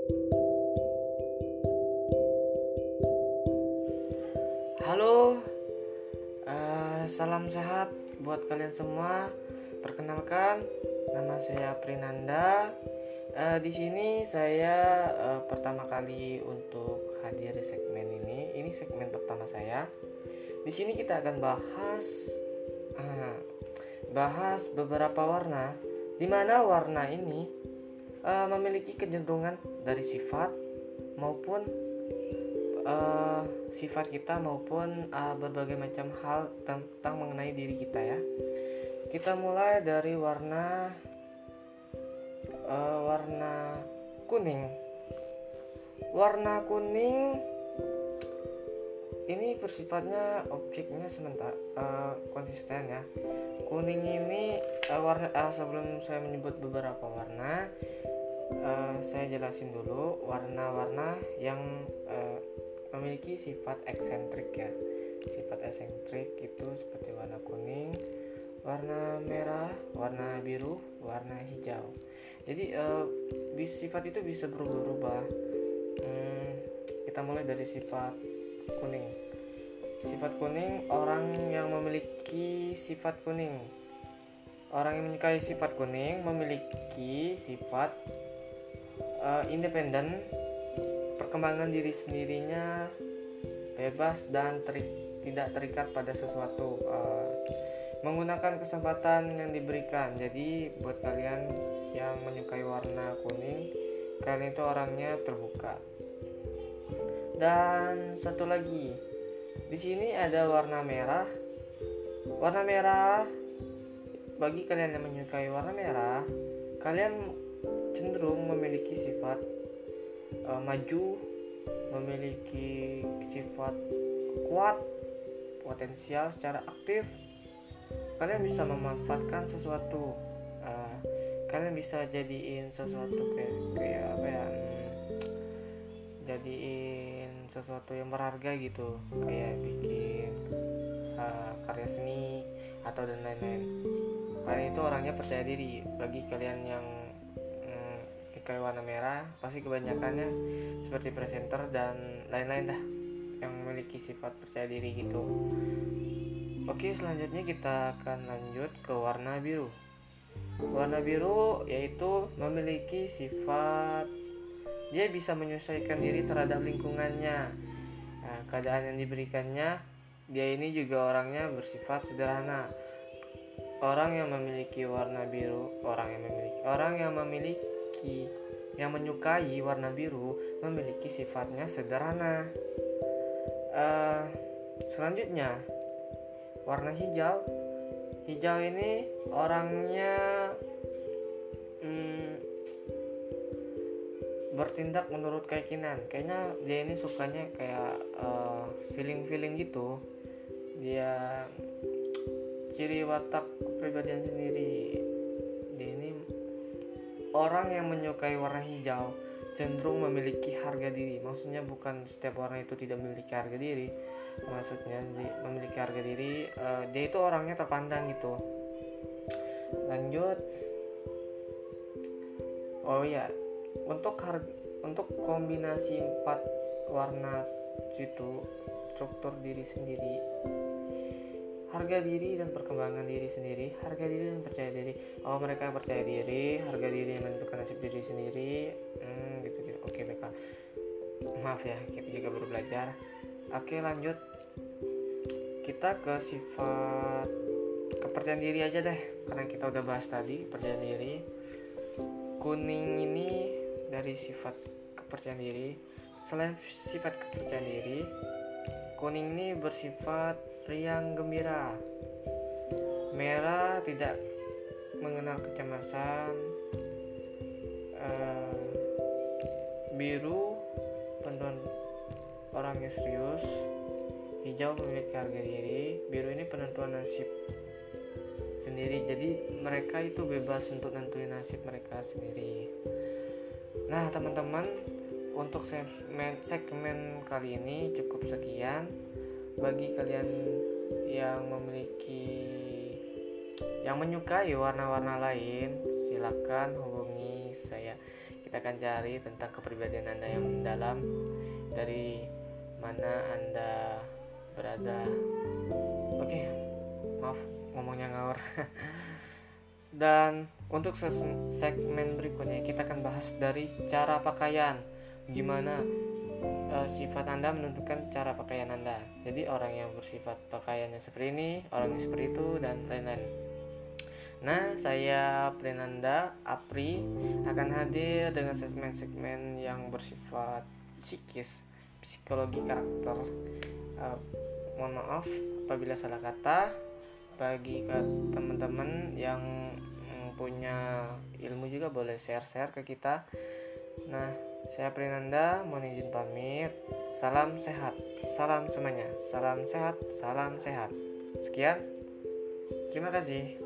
Halo, salam sehat buat kalian semua. Perkenalkan, nama saya Prinanda. Di sini saya pertama kali untuk hadir di segmen ini. Ini segmen pertama saya. Di sini kita akan bahas beberapa warna, di mana warna ini memiliki kecenderungan dari sifat maupun sifat kita maupun berbagai macam hal tentang mengenai diri kita ya. Kita mulai dari warna kuning. Warna kuning ini bersifatnya objeknya sementara konsisten ya. Kuning ini sebelum saya menyebut beberapa warna, saya jelasin dulu warna-warna yang memiliki sifat eksentrik ya. Sifat eksentrik itu seperti warna kuning, warna merah, warna biru, warna hijau. Jadi sifat itu bisa berubah-ubah. Kita mulai dari sifat kuning. Sifat kuning, orang yang memiliki sifat kuning, orang yang menyukai sifat kuning memiliki sifat independen, perkembangan diri sendirinya bebas dan tidak terikat pada sesuatu, menggunakan kesempatan yang diberikan. Jadi buat kalian yang menyukai warna kuning, kalian itu orangnya terbuka. Dan satu lagi, di sini ada warna merah. Warna merah, bagi kalian yang menyukai warna merah, kalian cenderung memiliki sifat maju, memiliki sifat kuat, potensial secara aktif. Kalian bisa memanfaatkan sesuatu, kalian bisa jadiin sesuatu kayak apa ya, jadiin sesuatu yang berharga gitu, kayak bikin karya seni atau dan lain-lain. Kalian itu orangnya percaya diri. Bagi kalian yang kayak warna merah, pasti kebanyakannya seperti presenter dan lain-lain dah, yang memiliki sifat percaya diri gitu. Oke, selanjutnya kita akan lanjut ke warna biru. Warna biru yaitu memiliki sifat dia bisa menyesuaikan diri terhadap lingkungannya. Keadaan yang diberikannya, dia ini juga orangnya bersifat sederhana. Orang yang memiliki warna biru, yang menyukai warna biru memiliki sifatnya sederhana. Selanjutnya warna hijau. Hijau ini orangnya bertindak menurut keyakinan. Kayaknya dia ini sukanya kayak feeling gitu. Dia ciri watak kepribadian sendiri. Dia ini orang yang menyukai warna hijau cenderung memiliki harga diri. Maksudnya bukan setiap warna itu tidak memiliki harga diri. Maksudnya memiliki harga diri, dia itu orangnya terpandang gitu. Lanjut. Oh ya, untuk kombinasi 4 warna itu, struktur diri sendiri, harga diri dan perkembangan diri sendiri, harga diri dan percaya diri. Mereka percaya diri, harga diri menentukan nasib diri sendiri, gitu. Oke, baiklah. Maaf ya, kita juga baru belajar. Oke, lanjut. Kita ke sifat kepercayaan diri aja deh, karena kita udah bahas tadi percaya diri. Kuning ini dari sifat kepercayaan diri. Selain sifat kepercayaan diri, kuning ini bersifat riang gembira. Merah tidak mengenal kecemasan. Biru penentuan orangnya serius. Hijau memiliki harga diri. Biru ini penentuan nasib sendiri. Jadi mereka itu bebas untuk nentuin nasib mereka sendiri. Nah teman-teman, untuk segmen kali ini cukup sekian. Bagi kalian yang menyukai warna-warna lain, silakan hubungi saya. kita akan cari tentang kepribadian Anda yang mendalam, dari mana Anda berada. Oke, maaf ngomongnya ngawur. Dan untuk segmen berikutnya kita akan bahas dari cara pakaian. Gimana sifat Anda menentukan cara pakaian Anda. Jadi orang yang bersifat pakaiannya seperti ini, orang yang seperti itu, dan lain-lain. Nah, saya Prinanda Apri akan hadir dengan segmen-segmen yang bersifat psikis, psikologi karakter. Mohon maaf apabila salah kata. Bagi teman-teman yang punya ilmu juga boleh share-share ke kita. Nah, saya Prinanda mohon izin pamit. Salam sehat, salam semuanya, salam sehat, salam sehat. Sekian, terima kasih.